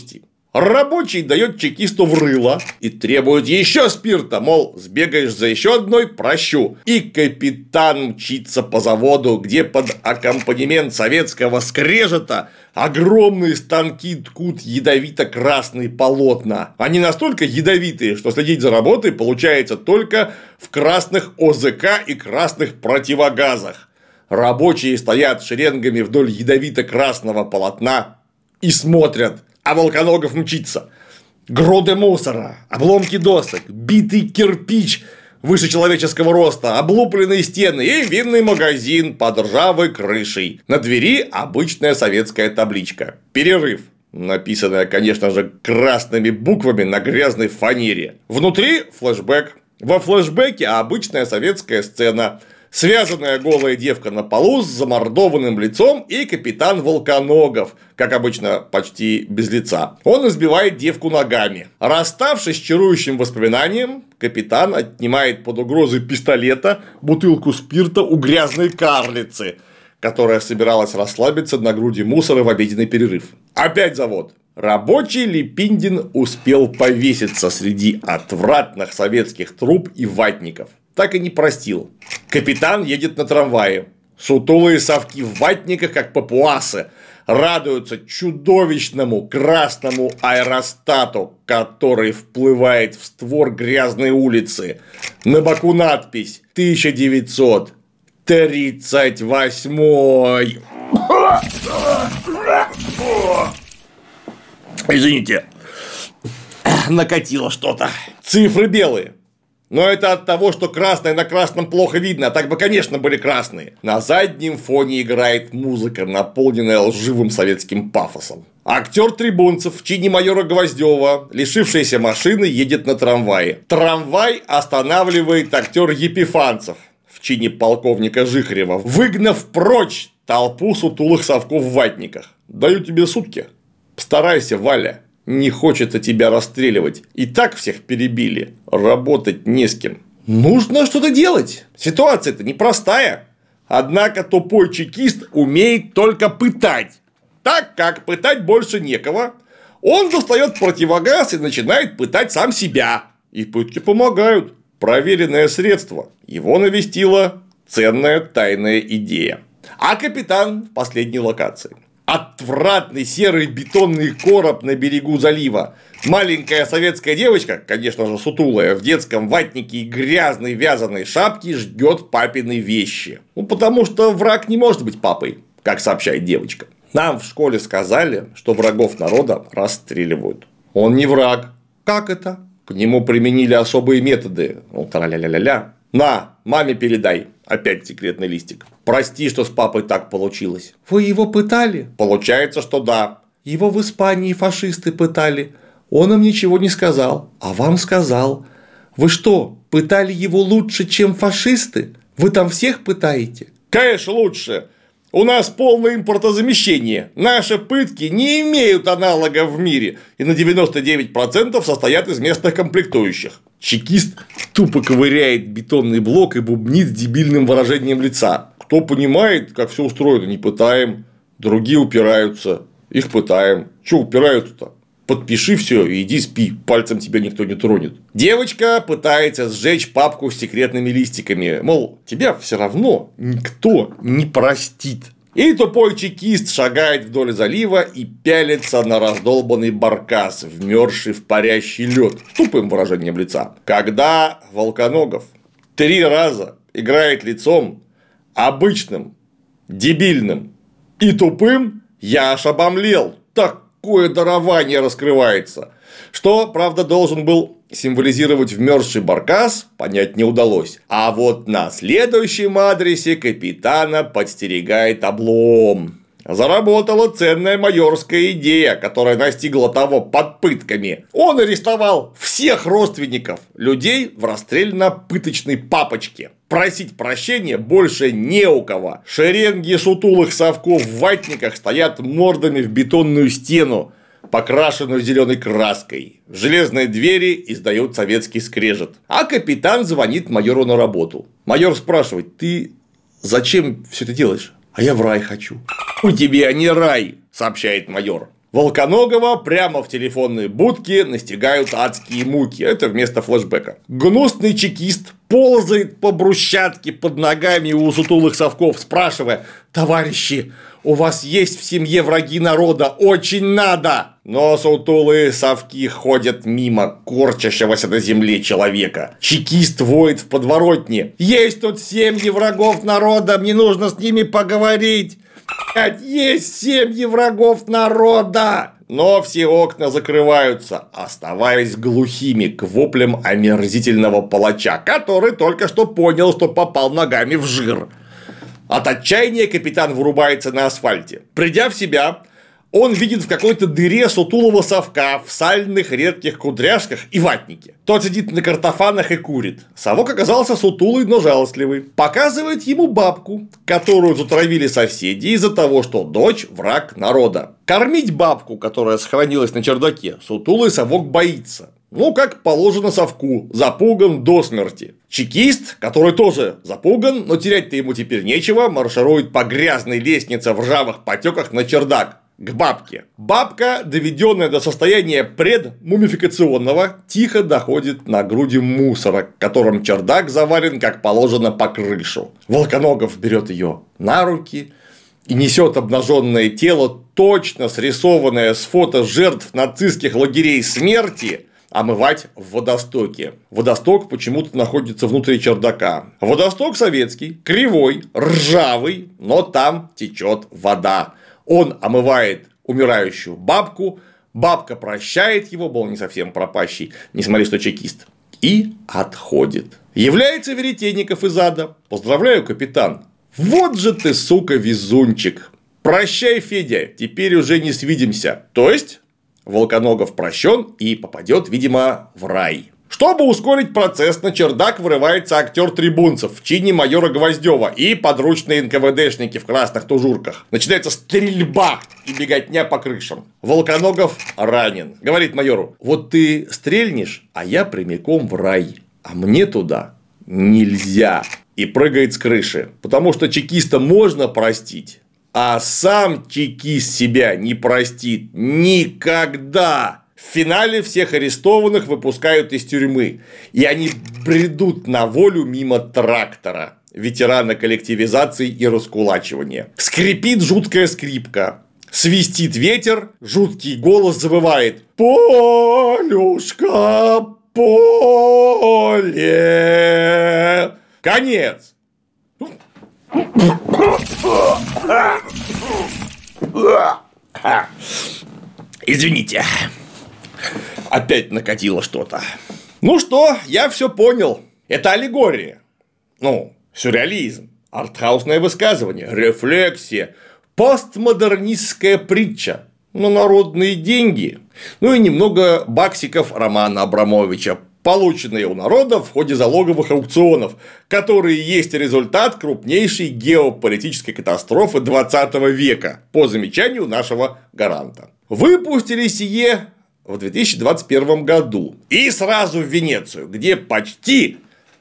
Рабочий дает чекисту в рыло и требует еще спирта, мол, сбегаешь за еще одной, прощу. И капитан мчится по заводу, где под аккомпанемент советского скрежета огромные станки ткут ядовито-красные полотна. Они настолько ядовитые, что следить за работой получается только в красных ОЗК и красных противогазах. Рабочие стоят шеренгами вдоль ядовито-красного полотна и смотрят. А Волконогов мчится. Груды мусора, обломки досок, битый кирпич выше человеческого роста, облупленные стены и винный магазин под ржавой крышей. На двери обычная советская табличка «Перерыв», написанная, конечно же, красными буквами на грязной фанере. Внутри флешбэк. Во флешбеке обычная советская сцена. Связанная голая девка на полу с замордованным лицом и капитан Волконогов, как обычно, почти без лица. Он избивает девку ногами. Расставшись с чарующим воспоминанием, капитан отнимает под угрозой пистолета бутылку спирта у грязной карлицы, которая собиралась расслабиться на груди мусора в обеденный перерыв. Опять завод. Рабочий Лепиндин успел повеситься среди отвратных советских труб и ватников. Так и не простил. Капитан едет на трамвае. Сутулые совки в ватниках, как папуасы, радуются чудовищному красному аэростату, который вплывает в створ грязной улицы. На боку надпись 1938. Извините, накатило что-то. Цифры белые. Но это от того, что красное на красном плохо видно, а так бы, конечно, были красные. На заднем фоне играет музыка, наполненная лживым советским пафосом. Актер Трибунцев в чине майора Гвоздева, лишившийся машины, едет на трамвае. Трамвай останавливает актер Епифанцев в чине полковника Жихарева, выгнав прочь толпу сутулых совков в ватниках. Даю тебе сутки. Постарайся, Валя. Не хочется тебя расстреливать. И так всех перебили. Работать не с кем. Нужно что-то делать. Ситуация-то непростая. Однако тупой чекист умеет только пытать. Так как пытать больше некого, он достает противогаз и начинает пытать сам себя. И пытки помогают. Проверенное средство. Его навестила ценная тайная идея. А капитан в последней локации. Отвратный серый бетонный короб на берегу залива. Маленькая советская девочка, конечно же сутулая, в детском ватнике и грязной вязаной шапке ждет папины вещи. Потому что враг не может быть папой, как сообщает девочка. Нам в школе сказали, что врагов народа расстреливают. Он не враг. Как это? К нему применили особые методы. Тра-ля-ля-ля-ля. На, маме передай. Опять секретный листик. Прости, что с папой так получилось. Вы его пытали? Получается, что да. Его в Испании фашисты пытали. Он им ничего не сказал. А вам сказал. Вы что, пытали его лучше, чем фашисты? Вы там всех пытаете? Конечно, лучше. У нас полное импортозамещение. Наши пытки не имеют аналогов в мире. И на 99% состоят из местных комплектующих. Чекист тупо ковыряет бетонный блок и бубнит с дебильным выражением лица. Кто понимает, как все устроено, не пытаем. Другие упираются. Их пытаем. Че упираются-то? Подпиши все и иди спи. Пальцем тебя никто не тронет. Девочка пытается сжечь папку с секретными листиками. Мол, тебя все равно никто не простит. И тупой чекист шагает вдоль залива и пялится на раздолбанный баркас, вмерзший в парящий лед, с тупым выражением лица. Когда Волконогов 3 раза играет лицом обычным, дебильным и тупым, я аж обомлел. Такое дарование раскрывается. Что, правда, должен был символизировать вмерзший баркас, понять не удалось. А вот на следующем адресе капитана подстерегает облом. Заработала ценная майорская идея, которая настигла того под пытками. Он арестовал всех родственников людей в расстрельно-пыточной папочке. Просить прощения больше не у кого. Шеренги сутулых совков в ватниках стоят мордами в бетонную стену, покрашенную зеленой краской. Железные двери издают советский скрежет. А капитан звонит майору на работу. Майор спрашивает: ты зачем все это делаешь? А я в рай хочу. У тебя не рай, сообщает майор. Волконогова прямо в телефонной будке настигают адские муки. Это вместо флешбека. Гнусный чекист ползает по брусчатке под ногами у сутулых совков, спрашивая: товарищи, у вас есть в семье враги народа, очень надо. Но сутулые совки ходят мимо корчащегося на земле человека. Чекист воет в подворотне: есть тут семьи врагов народа, мне нужно с ними поговорить. Есть семьи врагов народа. Но все окна закрываются, оставаясь глухими к воплям омерзительного палача, который только что понял, что попал ногами в жир. От отчаяния капитан вырубается на асфальте. Придя в себя, он видит в какой-то дыре сутулого совка в сальных редких кудряшках и ватнике. Тот сидит на картофанах и курит. Совок оказался сутулый, но жалостливый. Показывает ему бабку, которую затравили соседи из-за того, что дочь – враг народа. Кормить бабку, которая сохранилась на чердаке, сутулый совок боится. Ну, как положено совку, запуган до смерти. Чекист, который тоже запуган, но терять-то ему теперь нечего, марширует по грязной лестнице в ржавых потеках на чердак. К бабке. Бабка, доведенная до состояния предмумификационного, тихо доходит на груди мусора, которым чердак завален, как положено, по крышу. Волконогов берет ее на руки и несет обнаженное тело, точно срисованное с фото жертв нацистских лагерей смерти, омывать в водостоке. Водосток почему-то находится внутри чердака. Водосток советский, кривой, ржавый, но там течет вода. Он омывает умирающую бабку, бабка прощает его, был не совсем пропащий, несмотря что чекист, и отходит. Является Веретенников из ада. Поздравляю, капитан. Вот же ты, сука, везунчик. Прощай, Федя, теперь уже не свидимся. То есть Волконогов прощен и попадет, видимо, в рай. Чтобы ускорить процесс, на чердак вырывается актер Трибунцев в чине майора Гвоздева и подручные НКВДшники в красных тужурках. Начинается стрельба и беготня по крышам. Волконогов ранен. Говорит майору: вот ты стрельнешь, а я прямиком в рай. А мне туда нельзя. И прыгает с крыши. Потому что чекиста можно простить, а сам чекист себя не простит никогда. В финале всех арестованных выпускают из тюрьмы, и они бредут на волю мимо трактора, ветерана коллективизации и раскулачивания. Скрипит жуткая скрипка, свистит ветер, жуткий голос завывает: «Полюшка, поле». Конец. Извините. Опять накатило что-то. Ну что, я все понял. Это аллегория. Ну, сюрреализм, артхаусное высказывание, рефлексия, постмодернистская притча на народные деньги. Ну и немного баксиков Романа Абрамовича, полученные у народа в ходе залоговых аукционов, которые есть результат крупнейшей геополитической катастрофы 20 века, по замечанию нашего гаранта. Выпустили сие в 2021 году и сразу в Венецию, где почти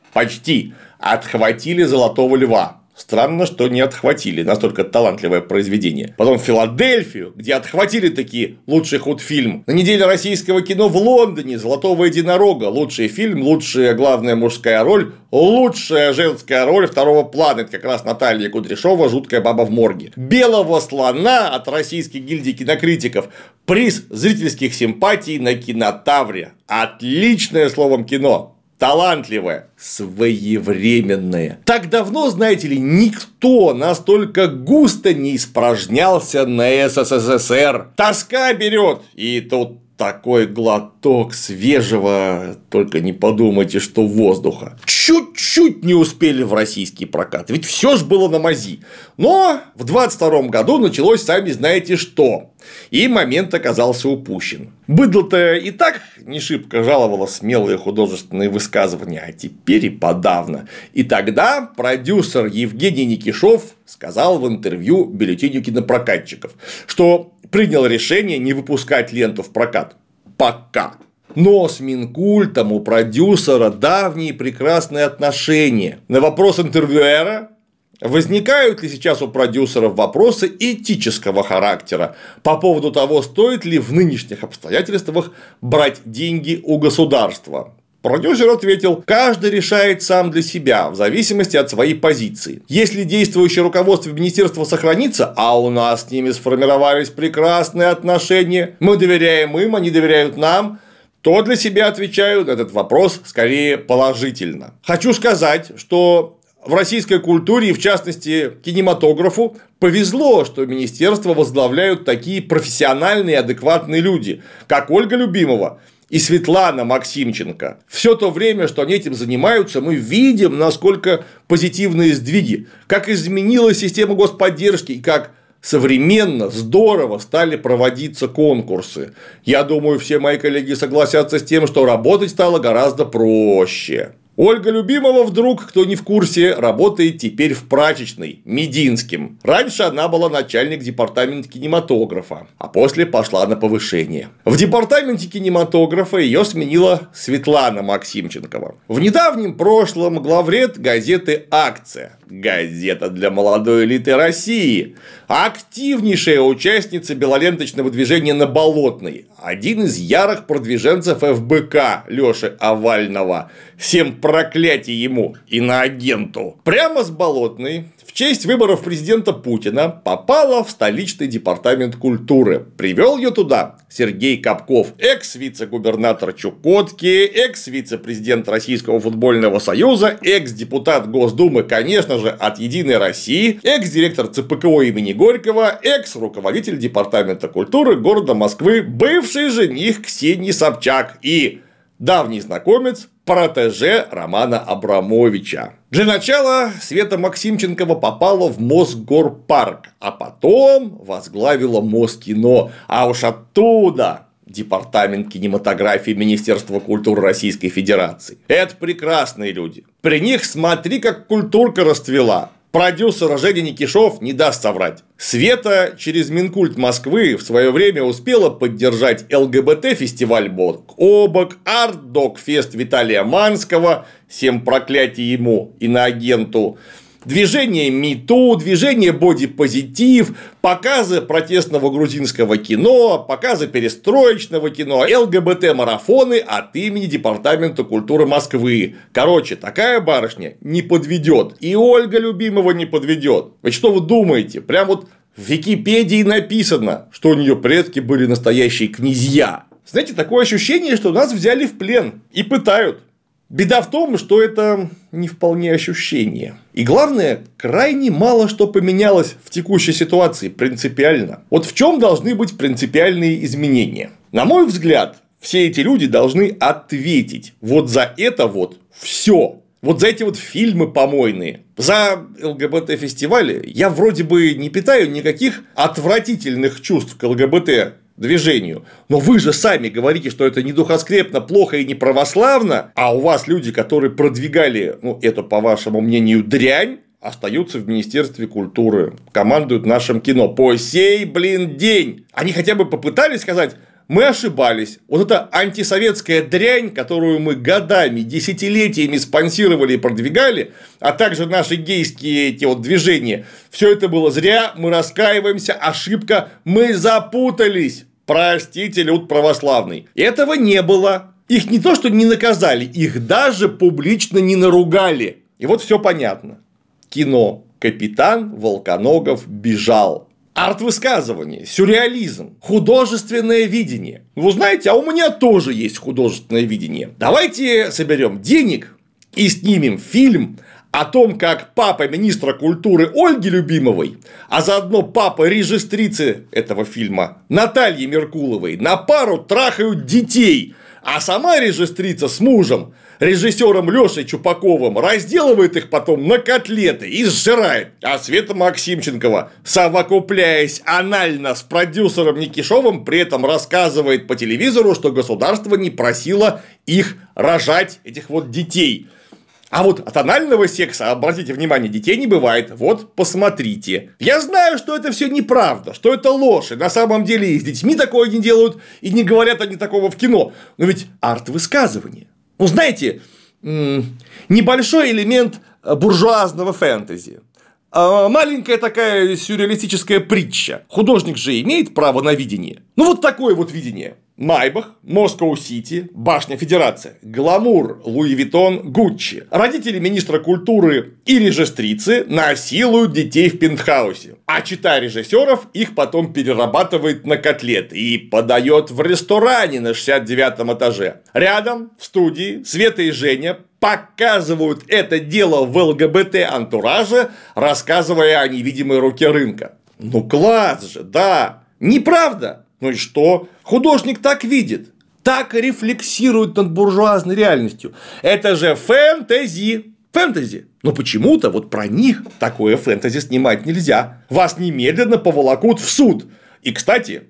отхватили «Золотого льва». Странно, что не отхватили, настолько талантливое произведение. Потом в Филадельфию, где отхватили таки лучший худфильм. На неделе российского кино в Лондоне «Золотого единорога». Лучший фильм, лучшая главная мужская роль, лучшая женская роль второго плана. Это как раз Наталья Кудряшова, «Жуткая баба в морге». «Белого слона» от Российской гильдии кинокритиков. Приз зрительских симпатий на Кинотавре. Отличное, словом, кино. Талантливое, своевременное. Так давно, знаете ли, никто настолько густо не испражнялся на СССР. Тоска берет. И тут такой глоток свежего, только не подумайте, что воздуха. Чуть-чуть не успели в российский прокат, ведь все ж было на мази. Но в 22 году началось сами знаете что. И момент оказался упущен. Быдло-то и так не шибко жаловало смелые художественные высказывания, а теперь и подавно. И тогда продюсер Евгений Никишов сказал в интервью бюллетеню кинопрокатчиков, что принял решение не выпускать ленту в прокат. Пока. Но с Минкультом у продюсера давние прекрасные отношения. На вопрос интервьюера Возникают ли сейчас у продюсеров вопросы этического характера по поводу того, стоит ли в нынешних обстоятельствах брать деньги у государства? Продюсер ответил: каждый решает сам для себя, в зависимости от своей позиции. Если действующее руководство министерства сохранится, а у нас с ними сформировались прекрасные отношения, мы доверяем им, они доверяют нам, то для себя отвечаю на этот вопрос скорее положительно. Хочу сказать, что в российской культуре и, в частности, кинематографу повезло, что министерство возглавляют такие профессиональные и адекватные люди, как Ольга Любимова и Светлана Максимченко. Все то время, что они этим занимаются, мы видим, насколько позитивные сдвиги, как изменилась система господдержки и как современно, здорово стали проводиться конкурсы. Я думаю, все мои коллеги согласятся с тем, что работать стало гораздо проще. Ольга Любимова вдруг, кто не в курсе, работает теперь в прачечной, Мединским. Раньше она была начальник департамента кинематографа, а после пошла на повышение. В департаменте кинематографа ее сменила Светлана Максимченкова. В недавнем прошлом главред газеты «Акция». Газета для молодой элиты России. Активнейшая участница белоленточного движения на Болотной. Один из ярых продвиженцев ФБК Лёши Овального. Всем проклятий ему, иноагенту. Прямо с Болотной в честь выборов президента Путина попала в столичный департамент культуры. Привел ее туда Сергей Капков, экс-вице-губернатор Чукотки, экс-вице-президент Российского футбольного союза, экс-депутат Госдумы, конечно же, от «Единой России», экс-директор ЦПКО имени Горького, экс-руководитель департамента культуры города Москвы, бывший жених Ксении Собчак и давний знакомец, протеже Романа Абрамовича. Для начала Света Максимченкова попала в Мосгорпарк, а потом возглавила Москино, а уж оттуда Департамент кинематографии Министерства культуры Российской Федерации. Это прекрасные люди. При них смотри, как культурка расцвела. Продюсер Женя Никишов не даст соврать. Света через Минкульт Москвы в свое время успела поддержать ЛГБТ-фестиваль бок о бок, Арт-Док-фест Виталия Манского, всем проклятий ему, иноагенту, движение МИТУ, движение бодипозитив, показы протестного грузинского кино, показы перестроечного кино, ЛГБТ-марафоны от имени Департамента культуры Москвы. Короче, такая барышня не подведет. И Ольга Любимова не подведет. Ведь что вы думаете? Прям вот в Википедии написано, что у нее предки были настоящие князья. Знаете, такое ощущение, что нас взяли в плен и пытают. Беда в том, что это не вполне ощущение. И главное, крайне мало что поменялось в текущей ситуации принципиально. Вот в чем должны быть принципиальные изменения? На мой взгляд, все эти люди должны ответить вот за это вот все. Вот за эти вот фильмы помойные, за ЛГБТ-фестивали я вроде бы не питаю никаких отвратительных чувств к ЛГБТ движению. Но вы же сами говорите, что это не духоскрепно, плохо и не православно, а у вас люди, которые продвигали, эту, по вашему мнению, дрянь, остаются в Министерстве культуры, командуют нашим кино по сей, день. Они хотя бы попытались сказать: мы ошибались. Вот эта антисоветская дрянь, которую мы годами, десятилетиями спонсировали и продвигали, а также наши гейские эти вот движения, все это было зря, мы раскаиваемся, ошибка, мы запутались. Простите, люд православный. Этого не было. Их не то, что не наказали, их даже публично не наругали. И вот все понятно. Кино. Капитан Волконогов бежал. Арт-высказывание, сюрреализм, художественное видение. Вы знаете, а у меня тоже есть художественное видение. Давайте соберем денег и снимем фильм о том, как папа министра культуры Ольги Любимовой, а заодно папа режиссрицы этого фильма Натальи Меркуловой на пару трахают детей, а сама режиссрица с мужем, режиссером Лешей Чупаковым, разделывает их потом на котлеты и сжирает. А Света Максимченкова, совокупляясь анально с продюсером Никишовым, при этом рассказывает по телевизору, что государство не просило их рожать, этих вот детей. А вот от анального секса, обратите внимание, детей не бывает. Вот, посмотрите. Я знаю, что это все неправда, что это ложь. И на самом деле и с детьми такое не делают, и не говорят они такого в кино. Но ведь арт-высказывание. Знаете, небольшой элемент буржуазного фэнтези. Маленькая такая сюрреалистическая притча. Художник же имеет право на видение. Ну, вот такое вот видение. Майбах, Москоу-Сити, Башня Федерации, Гламур, Луи Виттон, Гуччи. Родители министра культуры и режиссрицы насилуют детей в пентхаусе. А чита режиссеров их потом перерабатывает на котлеты и подает в ресторане на 69-м этаже. Рядом, в студии, Света и Женя показывают это дело в ЛГБТ-антураже, рассказывая о невидимой руке рынка. Ну класс же, да. Неправда. Ну и что? Художник так видит, так рефлексирует над буржуазной реальностью. Это же фэнтези. Фэнтези. Но почему-то вот про них такое фэнтези снимать нельзя. Вас немедленно поволокут в суд. И, кстати,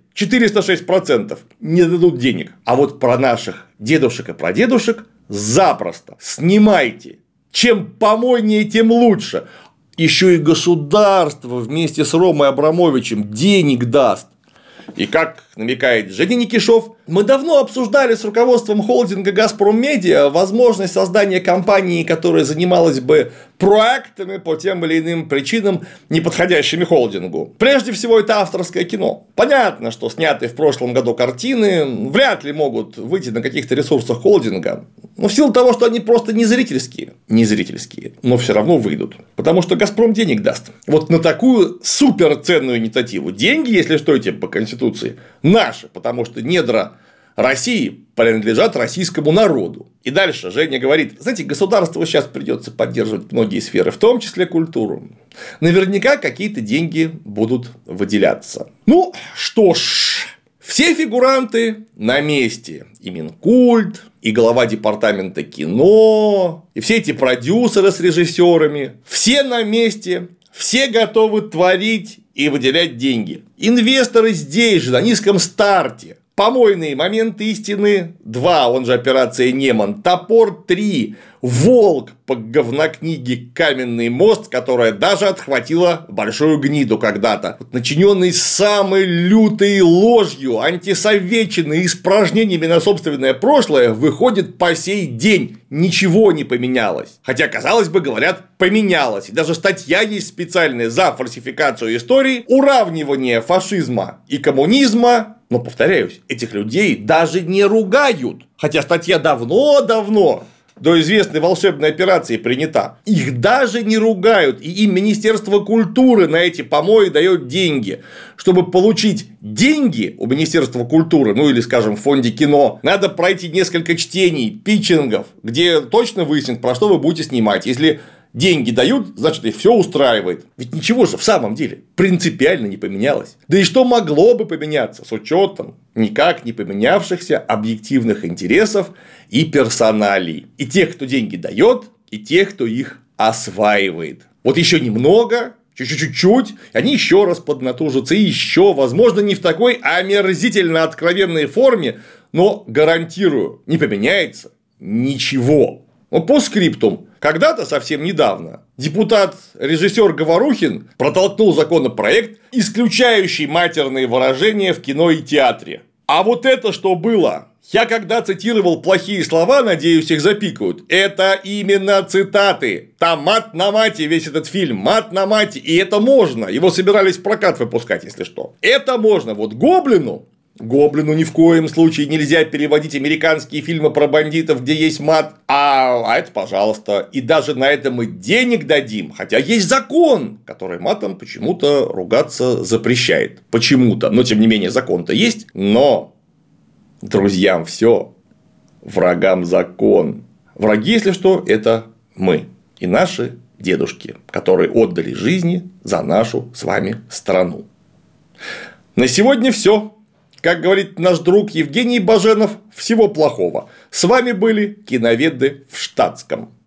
406% не дадут денег. А вот про наших дедушек и прадедушек запросто. Снимайте. Чем помойнее, тем лучше. Еще и государство вместе с Ромой Абрамовичем денег даст. И как намекает Женя Никишов, мы давно обсуждали с руководством холдинга «Газпром Медиа» возможность создания компании, которая занималась бы проектами по тем или иным причинам, не подходящими холдингу. Прежде всего, это авторское кино. Понятно, что снятые в прошлом году картины вряд ли могут выйти на каких-то ресурсах холдинга, но в силу того, что они просто не зрительские, но все равно выйдут. Потому что «Газпром» денег даст. Вот на такую суперценную инициативу. Деньги, если что, эти по Конституции, наши, потому что недра России принадлежат российскому народу. И дальше Женя говорит, знаете, государству сейчас придется поддерживать многие сферы, в том числе культуру. Наверняка какие-то деньги будут выделяться. Ну что ж, все фигуранты на месте. И Минкульт, и глава департамента кино, и все эти продюсеры с режиссерами. Все на месте, все готовы творить и выделять деньги. Инвесторы здесь же, на низком старте. Помойные моменты истины 2, он же операция Неман, Топор 3, Волк по говнокниге Каменный мост, которая даже отхватила большую гниду когда-то, начиненный самой лютой ложью, антисоветчиной, испражнениями на собственное прошлое, выходит по сей день. Ничего не поменялось. Хотя, казалось бы, говорят, поменялось. И даже статья есть специальная за фальсификацию истории, уравнивание фашизма и коммунизма. Но, повторяюсь, этих людей даже не ругают. Хотя статья давно-давно до известной волшебной операции принята. Их даже не ругают. И им Министерство культуры на эти помои дает деньги. Чтобы получить деньги у Министерства культуры, ну или, скажем, в фонде кино, надо пройти несколько чтений, питчингов, где точно выяснят, про что вы будете снимать. Если деньги дают, значит, их все устраивает. Ведь ничего же в самом деле принципиально не поменялось. Да и что могло бы поменяться с учетом никак не поменявшихся объективных интересов и персоналий. И тех, кто деньги дает, и тех, кто их осваивает. Вот еще немного, чуть-чуть, они еще раз поднатужатся, и еще, возможно, не в такой омерзительно откровенной форме, но гарантирую, не поменяется ничего. Но по скриптум. Когда-то, совсем недавно, депутат-режиссер Говорухин протолкнул законопроект, исключающий матерные выражения в кино и театре. А вот это что было? Я когда цитировал плохие слова, надеюсь, их запикают. Это именно цитаты. Там мат на мате весь этот фильм. Мат на мате. И это можно. Его собирались в прокат выпускать, если что. Это можно. Вот Гоблину ни в коем случае нельзя переводить американские фильмы про бандитов, где есть мат. А это пожалуйста. И даже на это мы денег дадим. Хотя есть закон, который матом почему-то ругаться запрещает. Почему-то. Но тем не менее закон-то есть. Но друзьям все. Врагам закон. Враги, если что, это мы. И наши дедушки, которые отдали жизни за нашу с вами страну. На сегодня все. Как говорит наш друг Евгений Баженов, всего плохого. С вами были киноведы в штатском.